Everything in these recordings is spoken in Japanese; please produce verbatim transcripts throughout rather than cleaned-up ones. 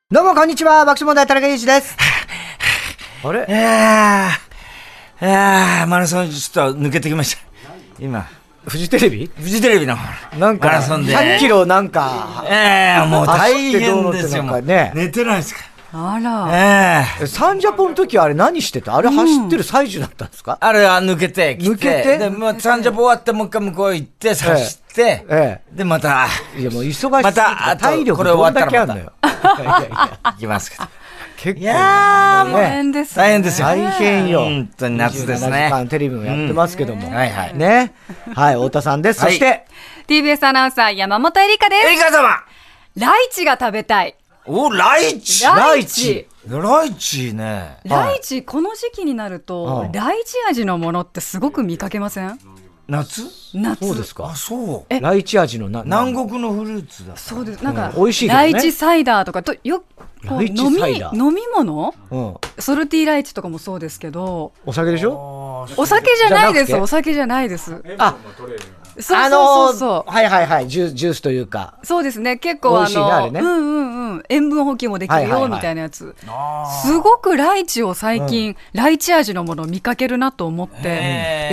どうもこんにちは、爆笑問題田中裕二です。あれ？ いやー、いやー、マラソンちょっと抜けてきました。今。 フジテレビ？ フジテレビのなんかマラソンで。 ひゃっキロなんか。 ええー、もう大変ですよ。もうね、 寝てないですかあら。 ええー。サンジャポの時はあれ何してた？あれ走ってる最中だったんですか？ うん、あれは抜けてきて。 抜けてで、もうサンジャポ終わってもう一回向こう行って、走って、ええ、で、また。 いやもう忙しい。また、 体力どんだけあるのよ。 行きますけど。 結構。 いやー、 大変です、 ね。大変ですよ。 大変よ。 本当に夏ですね。 にじゅうななじかんテレビもやってますけども。 うん、はいはい。 ね。はい、太田さんです。そして、はい、 ティービーエス アナウンサー山本エリカです。 エリカ様ライチが食べたい。 お、ライチライチライチね。 ライチ、この時期になると、ライチ味のものってすごく見かけません？ 夏？ 夏。そうですか。 あ、そう。 ライチ味のな南国のフルーツだ。 そうです。なんか、 美味しいけどね。 ライチサイダーとかとよこう飲み飲み物、うん、ソルティーライチとかもそうですけど。 お酒でしょ？ お酒じゃないです。お酒じゃないです。 あ、 そうそうそうそう、 あのー、はいはいはいジュ、ジュースというか。 そうですね。結構あの、ね、うんうんうん、塩分補給もできるよ、はいはいはい、みたいなやつ。すごくライチを最近、うん、ライチ味のものを見かけるなと思って、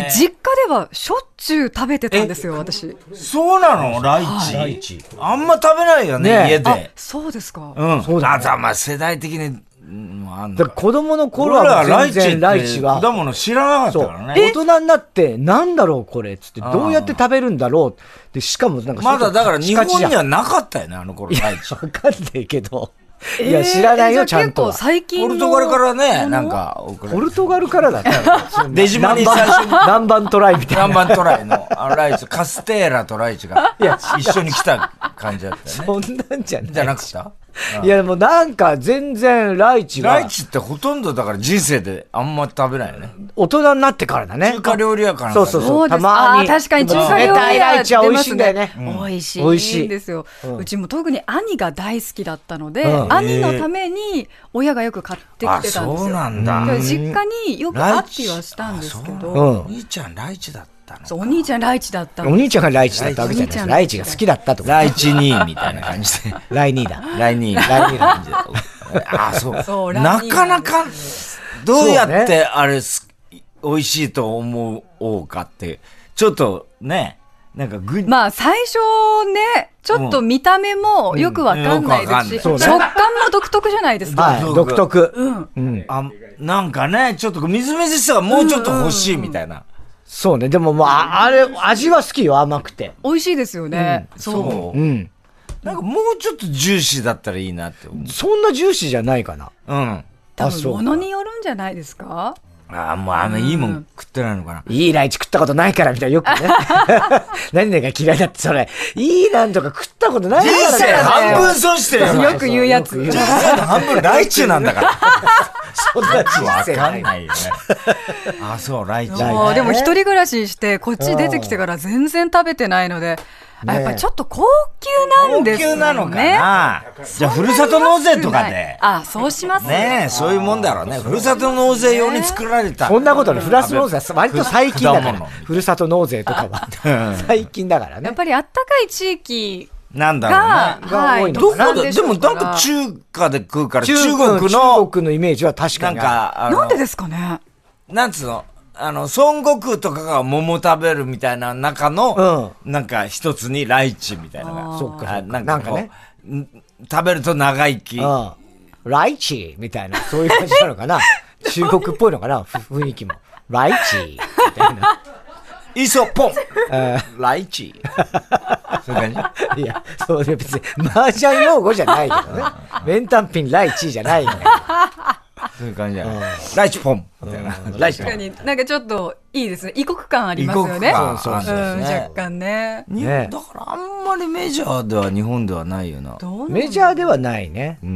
実家ではしょっちゅう食べてたんですよ、私。 そうなの？ライチ、はい、ライチあんま食べないよね、ね、家で。あ、 そうですか。 うん。 そうだね。 あ、まあ世代的に。 だ子供の頃は全然ライチは果物知らなかったからね。 大人になってなんだろうこれっつってどうやって食べるんだろうで、しかもなんかまだだから日本にはなかったよね、あの頃ライチ。 わかんないけど、いや知らないよ、ちゃんと。 結構最近ポルトガルからね、なんかポルトガルからだった出島に最初に南蛮トライみたいな、 南蛮トライのライチ、カステーラとライチが一緒に来た感じだったよね。 そんなんじゃないじゃなくた？ いやでもなんか全然ライチはライチってほとんどだから人生であんま食べないよね。 大人になってからだね。 中華料理屋から。 そうそうそう。たまに。 確かに中華料理屋ライチは美味しいんだよね。 美味しい。美味しいんですよ。うちも特に兄が大好きだったので、兄のために親がよく買ってきてたんですよ。 そうなんだ。 実家によくあってはしたんですけど。 お兄ちゃんライチだった。 そう、お兄ちゃんライチだったお兄ちゃんがライチだったわけじゃないです。ライチが好きだったとか。 ライチニーみたいな感じで。 ライニーだ。 ライニー。ライニーな感じで。あ、そう。そうなかなか、どうやってあれ、美味しいと思おうかって、ちょっとね、なんかグまあ最初ね、ちょっと見た目もよくわかんないですし、食感も独特じゃないですか。 はい、独特。 うん。あ、なんかね、ちょっとみずみずしさがもうちょっと欲しいみたいな。 そうね。でもまあ、あれ、味は好きよ、甘くて。 美味しいですよね。 うん、そう。うん。なんかもうちょっとジューシーだったらいいなって思う。 そんなジューシーじゃないかな。 うん。 多分、ものによるんじゃないですか？ ああ、もうあの、いいもん食ってないのかな。 いいライチ食ったことないから、みたいな、よくね。何々が嫌いだって、それ。いいなんとか食ったことないからね。 人生半分損してるよ。 よく言うやつ。 人生の半分ライチなんだから。 そんな人生わかんないよね。あ、そう、ライチ。でも一人暮らしして、こっち出てきてから全然食べてないので、やっぱりちょっと高級なんですね。 高級なのかな。じゃあ、ふるさと納税とかで。 あ、そうしますね。そういうもんだろうね。ふるさと納税用に作られた。 そんなことね、ふるさと納税は割と最近だから。ふるさと納税とかは。最近だからね。 やっぱりあったかい地域なんだろうね。 が多いのかな。どこで、でもなんか中華で食うから、中国の。 中国のイメージは確かに。 なんか、 なんでですかね。 なんつうのあの、孫悟空とかが桃食べるみたいな中の、うん、なんか一つにライチみたいなのが。 そっか。 なんかこう、ね、食べると長生き。 ライチみたいな、そういう感じなのかな。中国っぽいのかな、雰囲気も。ライチみたいな。 イソポンライチそういう感じいや、そうね、別に、麻雀用語じゃないけどね。メンタンピンライチじゃないんだよ。 そういう感じじゃない。ライチポンみたいな。 ライチポン。確かに、なんかちょっといいですね。異国感ありますよね。 異国感。そうそうそう。若干ね。 ね。だからあんまりメジャーでは日本ではないよな。 メジャーではないね。 うん。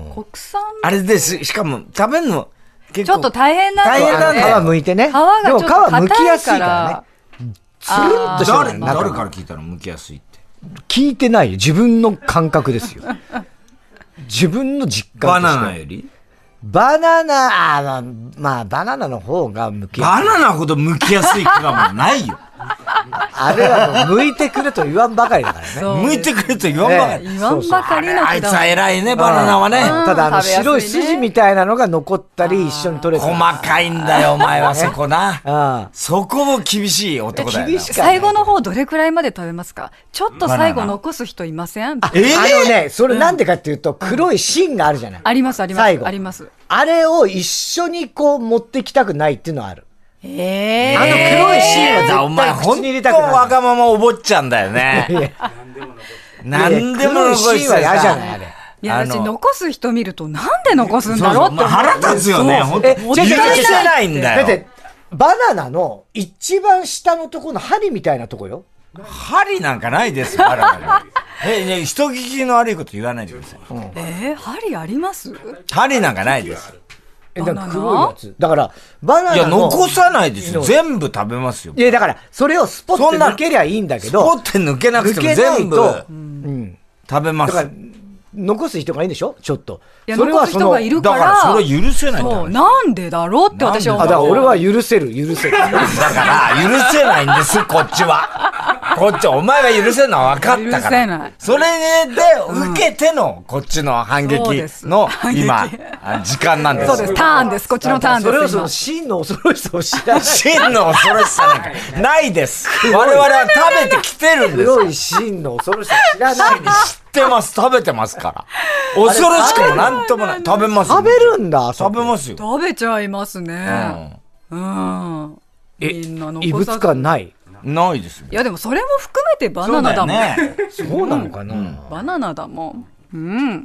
国産あれです。しかも食べるの結構。ちょっと大変なんだよね。大変なんだ。皮剥いてね。 皮がちょっと硬いから。でも皮剥きやすいからね。 つるんとしてる。誰から聞いたの剥きやすいって。 聞いてないよ。自分の感覚ですよ。自分の実感。 バナナよりバナナ、あまあ、バナナの方が剥きやすい。 バナナほど剥きやすい果物ないよ。 あれはもう向いてくれと言わんばかりだからね。 向いてくれと言わんばかり。 言わんばかりの果物。 あいつは偉いね、バナナはね。 ただ、あの、白い筋みたいなのが残ったり、一緒に取れて細かいんだよ、お前はそこな。そこも厳しい男だよ。厳しか最後の方どれくらいまで食べますか？ちょっと最後残す人いません？ あのね、それなんでかっていうと、黒い芯があるじゃない。 あります、あります。最後。あります。 あれを一緒にこう持ってきたくないっていうのはある。 ええー。 あの黒い芯は絶対お前本当わがままお坊ちゃんだよね。何でも残す芯は嫌じゃないあれ。 いや、私残す人見るとなんで残すんだろうって思う。 腹立つよね。本当許せないんだよ。 だってバナナの一番下のところの針みたいなとこよ。 針なんかないですよ、バナナ。え、ね、人聞きの悪いこと言わないでください。 えー、針あります？ 針なんかないです。 え、だから黒いやつ。だから、バナナの。いや、 残さないですよ。全部食べますよ。 いや、だから、それをスポッて抜けりゃいいんだけど。 スポッて抜けなくても全部、うん、食べます。だから、 残す人がいいんでしょちょっと。 いや、残す人がいるから。 だからそれは許せないんだ。 そう、なんでだろうって私は思う。 あ、だから俺は許せる、許せる。だから、許せないんです、こっちは。こっち、お前が許せるのは分かったから。許せない。それで、受けての、こっちの反撃の、今、時間なんです。 そうです、ターンです。こっちのターンです。 それをその、真の恐ろしさを知らない。 真の恐ろしさなんか、ないです。我々は食べてきてるんです。 黒い真の恐ろしさ知らない。 知ってます、食べてますから。恐ろしくもなんともない。食べます。 食べるんだ。 食べますよ。 食べちゃいますね。うん。 え、異物感ないないですよ。 いやでもそれも含めてバナナだもん。 そうなのかな。 バナナだもん。うん。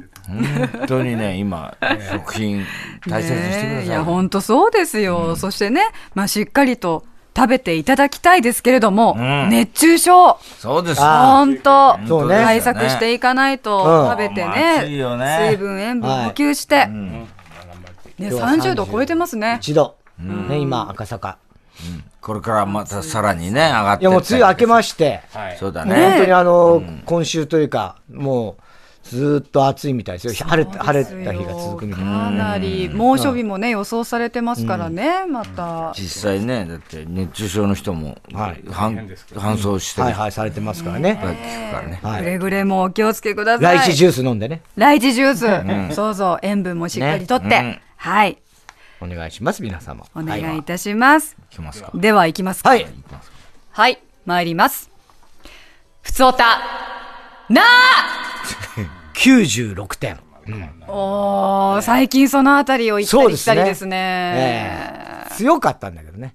本当にね、今、食品大切にしてください。 いや、本当そうですよ。そしてね、まあしっかりと食べていただきたいですけれども、熱中症。 そうです。 本当対策していかないと食べてね、水分、塩分補給して。ね、さんじゅうど超えてますね。 一度。ね、今、赤坂。 これからまたさらにね、上がって。 いや、もう梅雨明けまして。 そうだね。 本当にあの、今週というか、もう、ずっと暑いみたいですよ。晴れ、晴れた日が続くみたいな。 かなり、猛暑日もね、予想されてますからね、また。 実際ね、だって熱中症の人も、搬送して。 はいはい、されてますからね。 くれぐれもお気をつけください。 ライチジュース飲んでね。 ライチジュース。そうそう、塩分もしっかりとって。はい。 お願いします、皆様。 お願いいたします。 いきますか。 では、いきますか。 はい。 はい、参ります。ふつおた、なーきゅうじゅうろくてん。 おー、最近そのあたりを行ったり来たりですね。 強かったんだけどね。 うん。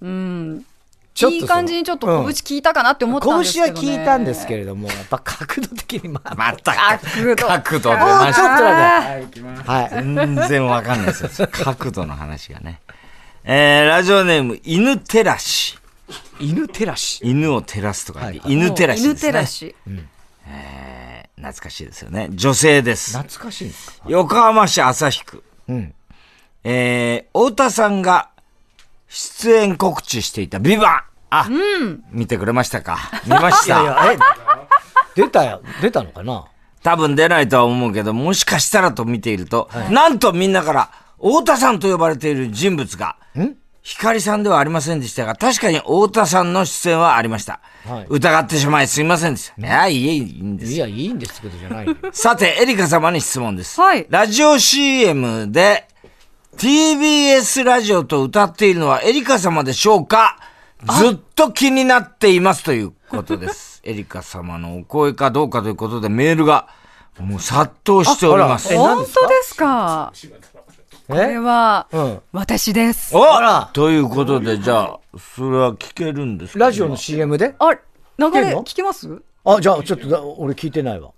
いい感じにちょっと拳効いたかなって思ったんですけどね。 拳は効いたんですけれども、やっぱ角度的にまあ。 また角度。 角度出ました。 はい。 全然わかんないですよ。角度の話がね。えー、ラジオネーム、犬照らし。 犬照らし。 犬を照らすとか、犬照らしですね。 犬照らし。 えー、懐かしいですよね。女性です。 懐かしいんですか？ 横浜市旭区。うん。えー、太田さんが出演告知していたビバン。あ、うん、見てくれましたか？見ました。いやいや、え、 出たよ、出たのかな？ 多分出ないとは思うけど、もしかしたらと見ていると、はい、なんとみんなから、太田さんと呼ばれている人物が、ん光さんではありませんでしたが、確かに太田さんの出演はありました。はい、疑ってしまいすいませんでした。いや、いい、いいんですいや、いいんですけどじゃない。 さて、エリカ様に質問です。 はい。 ラジオ シーエム で、ティービーエス ラジオと歌っているのはエリカ様でしょうか？ずっと気になっていますということです。エリカ様のお声かどうかということでメールがもう殺到しております。 本当ですか？これは、うん、私です。 おということで、じゃあ、それは聞けるんですか？ ラジオの シーエム で？ あ、流れ聞けます？ あ、じゃあ、ちょっと、俺聞いてないわ。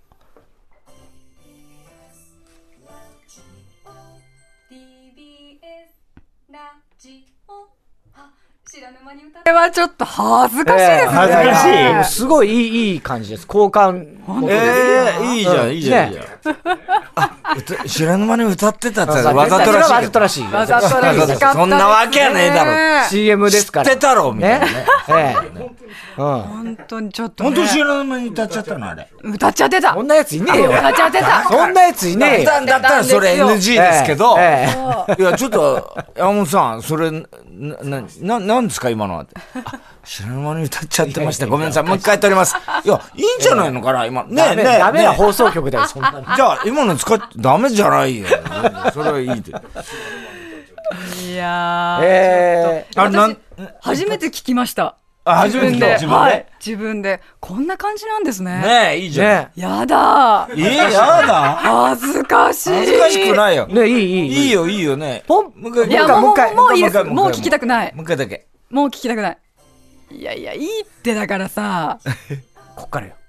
これはちょっと恥ずかしいですね。えー、 恥ずかしい。すごいいい、いい感じです。好感。 ええー、いいじゃん、いいじゃん。ね、あ、知らぬ間に歌ってたってわざとらしい。 わざとらしい。 わざとらしい。 そんなわけはねえだろ。 シーエム ですから。 知ってたろ、みたいなね。ええ。本当にちょっと。 本当に知らぬ間に歌っちゃったのあれ。 歌っちゃってた。 そんなやついねえよ。 歌っちゃってた。 そんなやついねえよ。 だったらそれ エヌジー ですけど。いや、ちょっと、山本さん、それ、 な、な、なんですか今のはって。あ、知らぬ間に歌っちゃってました。ごめんなさい。もう一回撮ります。いや、いいんじゃないのかな今。ねえ、ねえ。 ダメな放送局だよ、そんなの。 じゃあ、今の使ってダメじゃないよ。それはいいで。 いやー。 えー、私、初めて聞きました。 あ、初めてで自分で、はい、自分でこんな感じなんですね。 ねえ、いいじゃん。ね、 やだ。 えー、やだ。 恥ずかしい。 恥ずかしくないよ。 ね、いいいいいいよいいよね。 ポン。 いやもうもうもういいです。もう聞きたくない。 もう一回だけ。 もう聞きたくない。いやいやいいってだからさ。 こっからよ。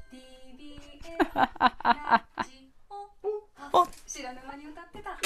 お、知らぬ間に歌ってた。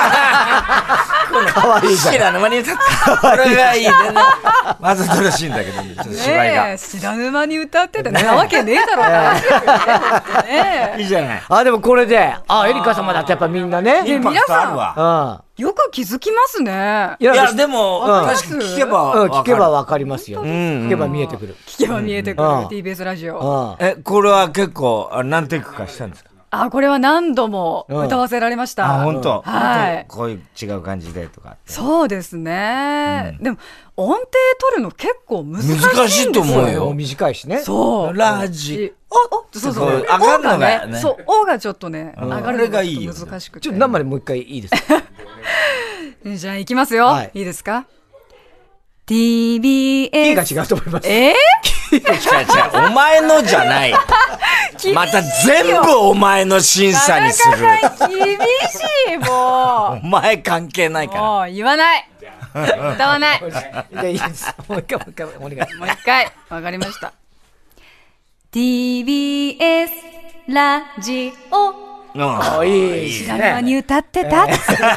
かわいいじゃん。 知らぬ間に歌ってた。これがいいね。わざとらしいんだけどね、ちょっと芝居が。 ね、知らぬ間に歌ってた。なわけねえだろうな。 ね、いいじゃない。 あ、でもこれで、あ、エリカ様だってやっぱみんなね。 インパクトあるわ。 よく気づきますね。 いや、でも、確かに聞けば、 聞けばわかりますよ。聞けば見えてくる。 聞けば見えてくる。ティービーエス ラジオ。 え、これは結構、何テイクかしたんですか？ あ、これは何度も歌わせられました。 あ、本当。 はい。 こういう違う感じでとか。 そうですね。でも、音程取るの結構難しいんですよ。 難しいと思うよ。 短いしね。 そう。 ラジ。 お、そうそう。 上がるのがね。 そう、おがちょっとね、上がるのが難しくて。 ちょっと生でもう一回いいですか？ じゃあ行きますよ。いいですか？ ティービーエス。 キーが違うと思います。 えー、違う違う。お前のじゃない。また全部お前の審査にする。 厳しい、もう。お前関係ないから。 もう言わない。歌わない。 じゃあいいです。もう一回、もう一回、お願いします。 もう一回。わかりました。ティービーエス ラジオ。 ああ、いい。 知らぬ間に歌ってた。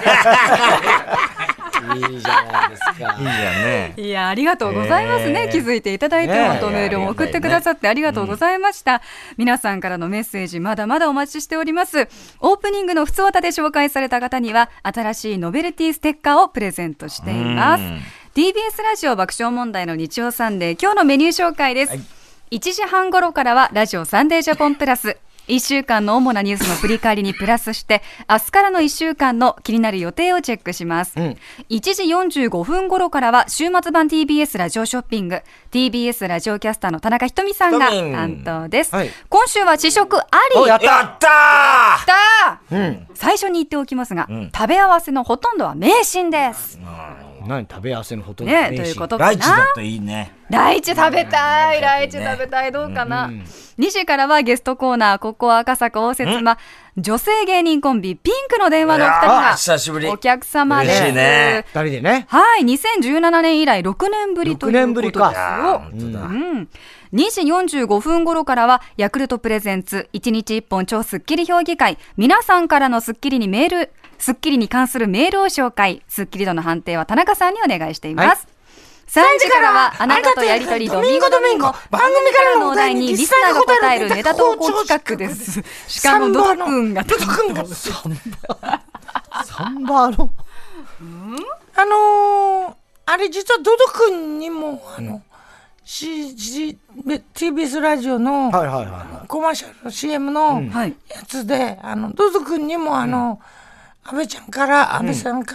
いいじゃないですか。いいじゃんね。 いや、ありがとうございますね。気づいていただいて、本当メールを送ってくださってありがとうございました。皆さんからのメッセージ、まだまだお待ちしております。オープニングのふつおたで紹介された方には、新しいノベルティステッカーをプレゼントしています。ティービーエス ラジオ爆笑問題の日曜サンデー、今日のメニュー紹介です。いちじはん頃からは、ラジオサンデージャポンプラス。いっしゅうかんの主なニュースの振り返りにプラスして、明日からのいっしゅうかんの気になる予定をチェックします。うん、いちじよんじゅうごふん頃からは週末版 ティービーエス ラジオショッピング、ティービーエス ラジオキャスターの田中ひとみさんが担当です。はい、今週は試食あり。 やったやったー、うん、最初に言っておきますが、うん、食べ合わせのほとんどは迷信です。 うん、何食べ合わせのほとんどは迷信、 ね、ということかな。 ライチだといいね。 ライチ食べたい、ライチ食べたい、どうかな。うん、にじからはゲストコーナー、ここ赤坂応接間、女性芸人コンビ、ピンクの電話のお二人が、 久しぶり。 お客様です。 嬉しいね。 二人でね。 はい、にせんじゅうななねん以来ろくねんぶりということですよ。 ろくねんぶりか。本当だ。 うん。にじよんじゅうごふん頃からは、ヤクルトプレゼンツ、いちにちいっぽん超スッキリ評議会、皆さんからのスッキリにメール、スッキリに関するメールを紹介、スッキリ度の判定は田中さんにお願いしています。はい、さんじからは、あなたとやりとりドミンゴドミンゴ、番組からのお題にリスナーが答えるネタ投稿企画です。しかもドド君が、ドド君が、 サンバ、サンバのあのー、あれ実はドド君にも、あの、C、C、ティービーエス ラジオの、はいはいはい、コマーシャルの シーエム のやつで、うん、あの、ドド君にもあの、安倍ちゃんから、安倍さんから、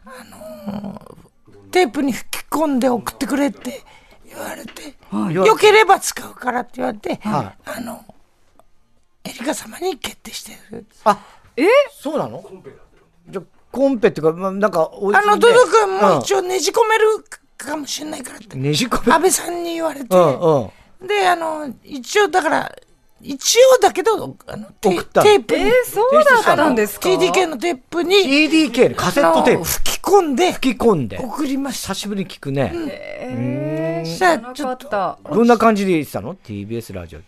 うん、あのー、テープに吹き込んで送ってくれって言われて、はい、よければ使うからって言われて、はい、あのエリカ様に決定してる。 あ、えそうなの？じゃコンペっていうか、まあ、なんかおあのドド君も一応ねじ込めるかもしれないからって、 ねじ込め安倍さんに言われて、 うんうん、 であの一応だから一応だけどあのテープに、 えー、そうだったんですか？ ティーディーケー のテープにティーディーケー カセットテープ吹き込んで吹き込んで送りました。 久しぶりに聞くね。 うん、えー、 さあちょっとどんな感じで言ってたの？ ティービーエス ラジオ。テ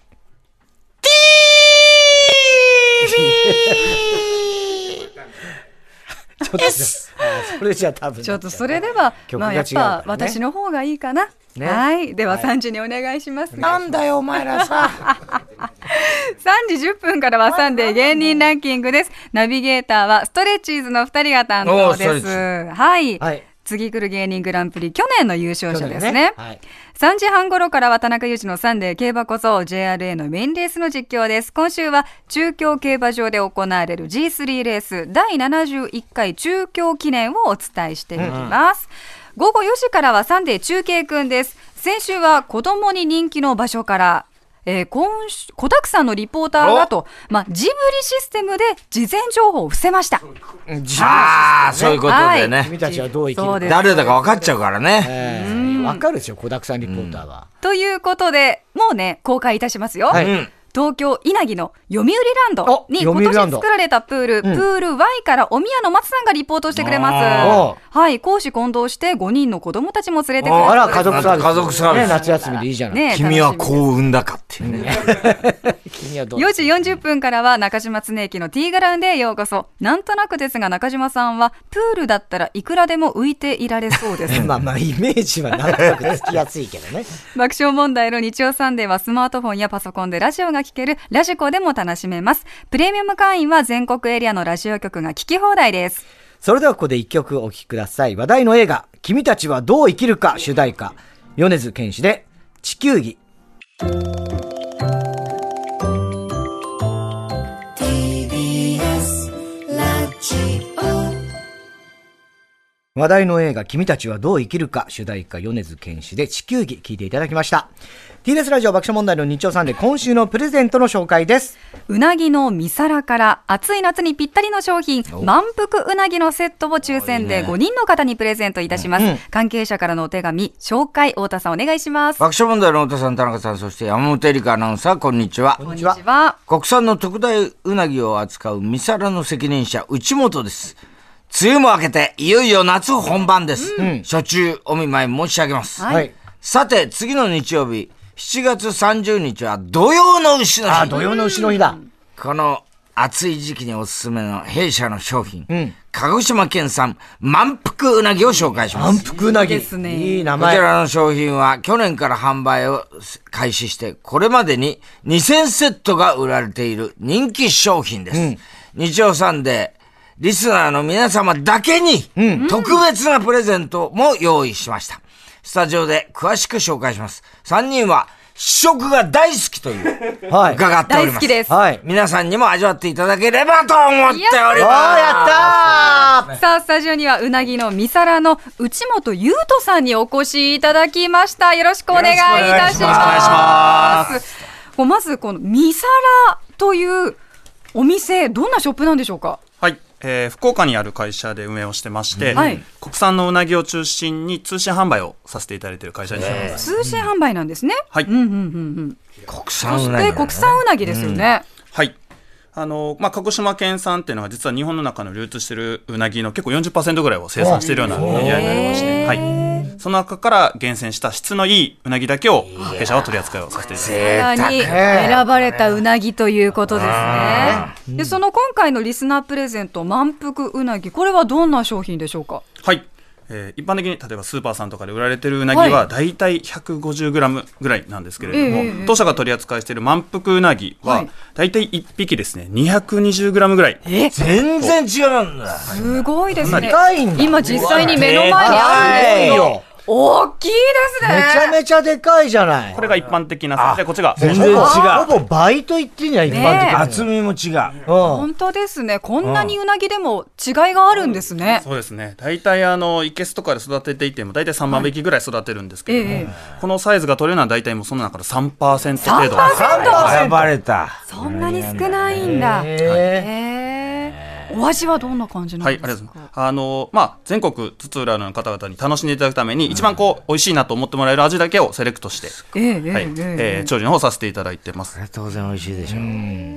ィービーちょっとそれじゃ多分ちょっとそれでは、まあ、やっぱ私の方がいいかな、ね、はいではさんじにお願いします、 はい、なんだよお前らささんじじゅっぷんからはサンデー芸人ランキングです。ナビゲーターはストレッチーズのふたりが担当です。はい、はい、次来る芸人グランプリ去年の優勝者ですね。ね、はい、さんじはん頃からは田中裕二のサンデー競馬こそ ジェイアールエー のメインレースの実況です。今週は中京競馬場で行われる ジースリー レースだいななじゅういっかい中京記念をお伝えしていきます。うん、 午後よじからはサンデー中継くんです。先週は子供に人気の場所から、えー、今週子だくさんのリポーターがと、まあ、ジブリシステムで事前情報を伏せました。 ああ、そういうことでね、はい、 君たちはどう生きるか誰だか分かっちゃうからね、 えー、分かるでしょ、子だくさんリポーターは、 うん、ということでもうね公開いたしますよ、はい、うん、東京稲城の読売ランドに今年作られたプール、うん、プール Y からお宮の松さんがリポートしてくれます。はい、講師混同してごにんの子供たちも連れてくる。 あら、家族サービス。 家族サービス、 ね、夏休みでいいじゃない、 ね、君はこう産んだかっていうね君はどうよじよんじゅっぷんからは中島恒之のティーガラウンドへようこそ。なんとなくですが中島さんはプールだったらいくらでも浮いていられそうですまあまあイメージはなんとなくつきやすいけどね爆笑問題の日曜サンデーはスマートフォンやパソコンでラジオが聴けるラジコでも楽しめます。プレミアム会員は全国エリアのラジオ局が聴き放題です。 それではここで一曲お聴きください。話題の映画君たちはどう生きるか主題歌、米津玄師で地球儀。話題の映画君たちはどう生きるか主題歌、米津玄師で地球儀、聞いていただきました。 ティービーエス ラジオ爆笑問題の日曜サンデー、今週のプレゼントの紹介です。 うなぎのみ皿から暑い夏にぴったりの商品満腹うなぎのセットを抽選でごにんの方にプレゼントいたします、うんうん、関係者からのお手紙紹介、太田さんお願いします。 爆笑問題の太田さん、田中さん、そして山本恵里香アナウンサー、こんにちは。 こんにちは。 国産の特大うなぎを扱うみ皿の責任者内本です。梅雨も明けていよいよ夏本番です、うん、初中お見舞い申し上げます、はい、さて次の日曜日しちがつさんじゅうにちは土用の丑の日。 あ、土用の丑の日だ。 この暑い時期におすすめの弊社の商品、うん、鹿児島県産満腹うなぎを紹介します。 満腹うなぎですね。いい名前。 こちらの商品は去年から販売を開始してこれまでににせんセットが売られている人気商品です、うん、日曜サンデーリスナーの皆様だけに特別なプレゼントも用意しました。スタジオで詳しく紹介します。さんにんは試食が大好きという、はい、伺っております。 大好きです。 はい。皆さんにも味わっていただければと思っております。やったー。さあ、スタジオにはうなぎのみ皿の内本優斗さんにお越しいただきました。よろしくお願いいたします。よろしくお願いします。まずこのみ皿というお店、どんなショップなんでしょうか？ はい、えー、福岡にある会社で運営をしてまして、はい、国産のうなぎを中心に通信販売をさせていただいている会社になります。 通信販売なんですね。 はい。 うんうんうんうん。 国産うなぎ、ね。 そして国産うなぎですよね。 うん、はい。あのまあ、鹿児島県産っていうのは実は日本の中の流通しているうなぎの結構 よんじゅっパーセント ぐらいを生産しているようなうなぎ屋になりまして、はい、その中から厳選した質のいいうなぎだけを弊社は取り扱いをさせていただいてます。 に選ばれたうなぎということですね。でその今回のリスナープレゼント満腹うなぎ、これはどんな商品でしょうか？ はい、えー、一般的に例えばスーパーさんとかで売られてるうなぎはだいたい ひゃくごじゅうグラム ぐらいなんですけれども、えー、当社が取り扱いしている満腹うなぎはだいたいいっぴきですね にひゃくにじゅうグラム ぐらい。 えー、全然違うんだ。 すごいですね。今実際に目の前にあるんですよ。大きいですね。 めちゃめちゃでかいじゃない。 これが一般的なサイズで、こっちが全然違う。 ほぼ倍と言ってんじゃん、一般的に。 厚みも違う。 本当ですね。こんなにうなぎでも違いがあるんですね。 そうですね。大体あのいけすとかで育てていても大体さんまん匹ぐらい育てるんですけれども、はい、このサイズが取れるのは大体もうその中の さんパーセント 程度。 さんパーセント。 選ばれた。 そんなに少ないんだ。へー。お味はどんな感じなんですか？はい、ありがとうございます。 あの、まあ、全国津々浦々の方々に楽しんでいただくために、うん、一番こう美味しいなと思ってもらえる味だけをセレクトして、えーはいえーえー、調理の方させていただいてます。 当然美味しいでしょう。うん、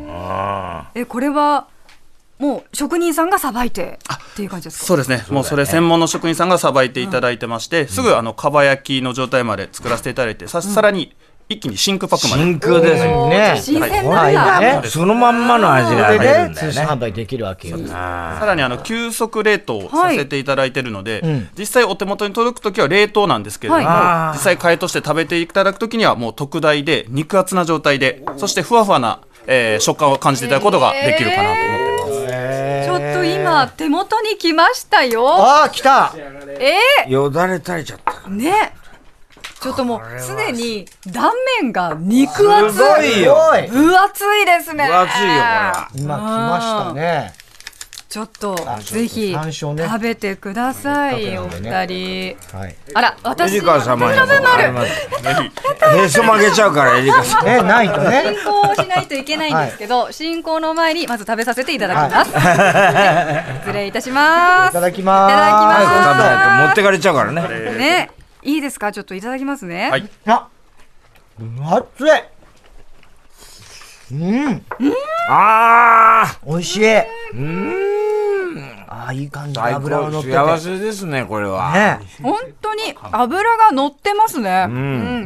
あえこれはもう職人さんがさばいてっていう感じですか？ そうですね。もうそれ専門の職人さんがさばいていただいてまして、うん、すぐあのかば焼きの状態まで作らせていただいて、さ, さらに一気に真空パックまで。 真空ですね。 新鮮なんだ、 はい、そのまんまの味が出るんだよね。 通信販売できるわけよ。 さらにあの急速冷凍させていただいているので、はい、実際お手元に届くときは冷凍なんですけれども、はい、実際替えとして食べていただくときにはもう特大で肉厚な状態で、そしてふわふわな、えー、食感を感じていただくことができるかなと思ってます。 えー、ちょっと今手元に来ましたよ。 あー来た。 えー、 よだれ垂れちゃったね。ちょっともうすでに断面が肉厚。 すごいよ。 分厚いですね。 分厚いよこれは。 今来ましたね。 ちょっとぜひ食べてください、お二人。はい、あら、私、 エリカ様にもあります。へそ曲げちゃうから、エリカさん。 ね、ないとね。 進行をしないといけないんですけど、進行の前にまず食べさせていただきます。失礼いたします。 いただきます。 いただきます。 食べないと持ってかれちゃうからね。 ね、いいですか、ちょっといただきますね。 はい。 あ、熱い。うん。 ああ、 美味しい。うん。ああ、いい感じ。油が乗ってて。 幸せですね、これは。 ね。 本当に油が乗ってますね。うん、うん、うん、うん。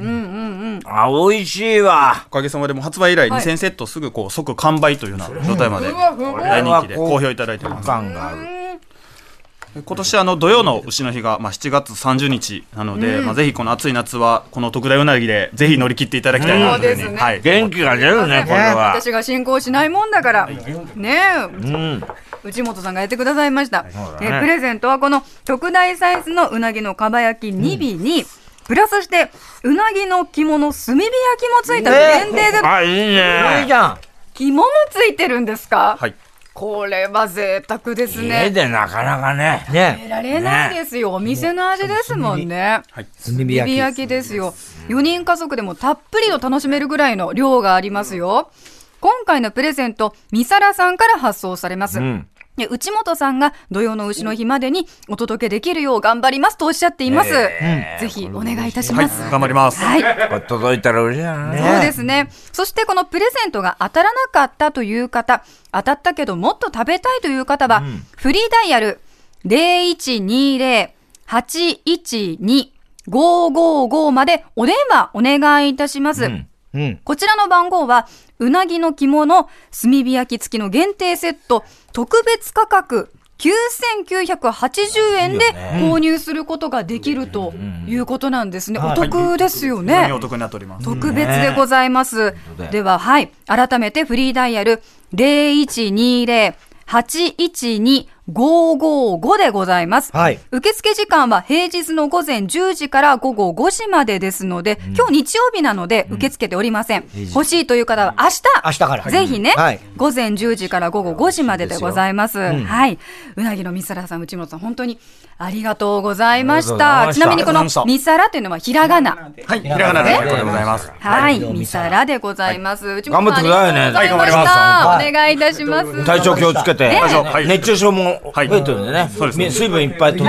あ、美味しいわ。 おかげさまでも発売以来にせんセットすぐこう即完売というような状態まで大人気で好評いただいてます。 感がある。 今年あの土曜の牛の日がまあしちがつさんじゅうにちなので、うん、まあぜひこの暑い夏はこの特大うなぎでぜひ乗り切っていただきたいなというふうに、 うん、 はい、 元気が出るね、これは。 私が進行しないもんだからねえ、うん、内本さんがやってくださいました、ね、えプレゼントはこの特大サイズのうなぎのかば焼きにびに、うん、プラスしてうなぎの肝の炭火焼きもついた限定で、 ね、あ、いいね。 いいじゃん。 肝もついてるんですか。 はい、 これは贅沢ですね。 家でなかなかね食べられないですよ、ね、お店の味ですもんね。 はい、 炭火焼き、焼きですよ。よにん家族でもたっぷりと楽しめるぐらいの量がありますよ。今回のプレゼント、みさらさんから発送されます、うん、で内本さんが土曜の牛の日までにお届けできるよう頑張りますとおっしゃっています、えー、ぜひお願いいたします、 はい、頑張ります、 はい、 届いたら嬉しいな、 ね、そうですね。そしてこのプレゼントが当たらなかったという方、当たったけどもっと食べたいという方は、うん、フリーダイヤル ゼロいちにゼロ はちいちに ごーごーごー までお電話お願いいたします、うんうん、こちらの番号はうなぎの肝の炭火焼き付きの限定セット特別価格きゅうせんきゅうひゃくはちじゅうえんで購入することができるということなんですね。お得ですよね、はい、 お得になっております。 特別でございます、ね、では、はい、改めてフリーダイヤル ゼロいちにゼロ はちいちに ごーごーご でございます、はい、受付時間は平日の午前じゅうじから午後ごじまでですので、うん、今日日曜日なので受け付けておりません、うん、欲しいという方は明日、 明日からぜひね、 はい、 午前じゅうじから午後ごじまででございます、うん、はい、うなぎのみさらさん、内本さん、本当にありがとうございました。ちなみにこのみさらというのはひらがな、 はい、ひらがなでございます。 はい、みさらでございます。 はい、頑張ってくださいね。 はい、頑張ります。お願いいたします。 体調気をつけて、ね、熱中症も増えてるんでね。 そうですね。 水分いっぱいと。 ね、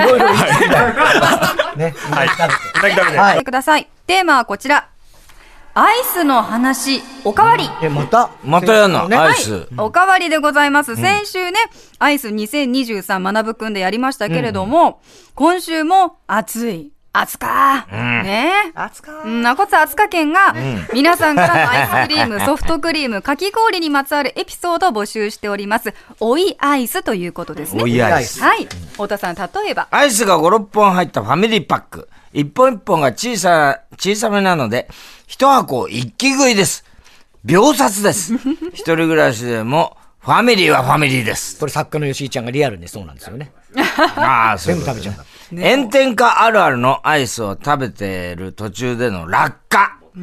はい。 はい。ください。テーマはこちら。アイスの話、おかわり。 え、またまたやんの、アイス、 はい。おかわりでございます。先週ね、うん、アイスにせんにじゅうさん学ぶくんでやりましたけれども、うん、今週も暑い。暑かー、うん、ねえ暑かー、 うん、なこつ暑か県が、うん、皆さんからのアイスクリームソフトクリームかき氷にまつわるエピソードを募集しております。おいアイスということですね。 おいアイス、 はい、太田さん、例えばアイスがご、ろっぽん入ったファミリーパック、一本一本が小さ小さめなので一箱一気食いです。秒殺です一人暮らしでもファミリーはファミリーです。 これ作家の吉井ちゃんがリアルにそうなんですよねああ、 全部食べちゃう。 炎天下あるあるのアイスを食べている途中での落下、うん、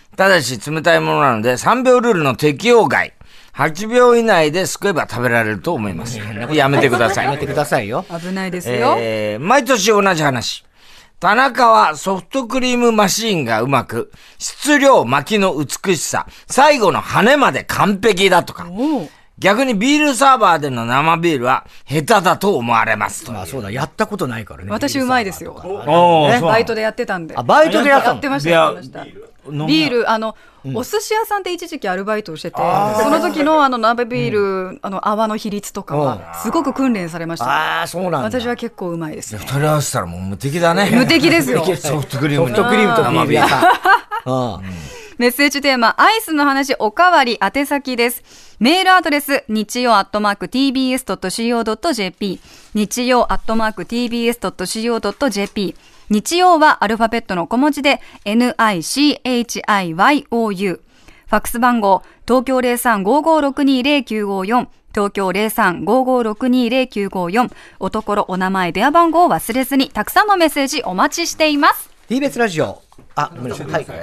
ただし冷たいものなのでさんびょうルールの適用外、はちびょう以内ですくえば食べられると思います。やめてくださいやめてくださいよ、 危ないですよ、 えー、毎年同じ話。田中はソフトクリームマシーンがうまく、質量巻きの美しさ、最後の羽まで完璧だとか、逆にビールサーバーでの生ビールは下手だと思われますと。 まあそうだ、やったことないからね。 私うまいですよ、 ね、 バイトでやってたんで。 あ、バイトでやったの？ やってました、やってました。ビール、あの、うん、お寿司屋さんで一時期アルバイトをしてて、その時のあの鍋ビール、うん、あの泡の比率とかはすごく訓練されました。 ああ、そうなんだ。 私は結構うまいです、ね。 二人合わせたらもう無敵だね。 無敵ですよ。 ソフトクリーム、 ソフトクリームと生ビールさん。 メッセージテーマ、アイスの話おかわり宛先です。メールアドレス、日曜アットマーク ティービーエスドットシーオードットジェーピー、日曜アットマーク ティービーエスドットシーオードットジェーピー、日曜はアルファベットの小文字で エヌアイシーエイチアイワイオーユー、ファックス番号、東京 ゼロさん ごーごーろくにーゼロきゅうごーよん、東京 ゼロさん ごーごーろくにーゼロきゅうごーよん、おところ、お名前、電話番号を忘れずに、たくさんのメッセージお待ちしています。 ティービーエス ラジオ、あ、ごめんなさい。はい。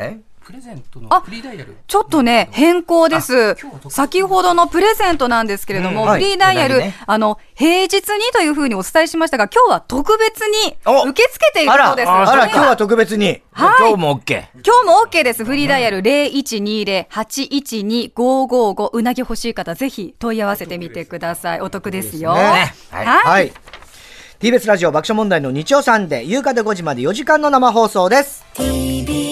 プレゼントのフリーダイヤルちょっとね変更です。先ほどのプレゼントなんですけれども、うん、フリーダイヤル、はいね、あの平日にというふうにお伝えしましたが、今日は特別に受け付けているそうです。 あら、あら今日は特別に、 はい、 今日も OK。 今日も OK です。フリーダイヤル ゼロいちにゼロ はちいちに ごごご、うなぎ欲しい方ぜひ問い合わせてみてください。お得ですよ。 ね、はい、はい、ティービーエス ラジオ爆笑問題の日曜サンデー、夕方ごじまでよじかんの生放送です。ティービーエス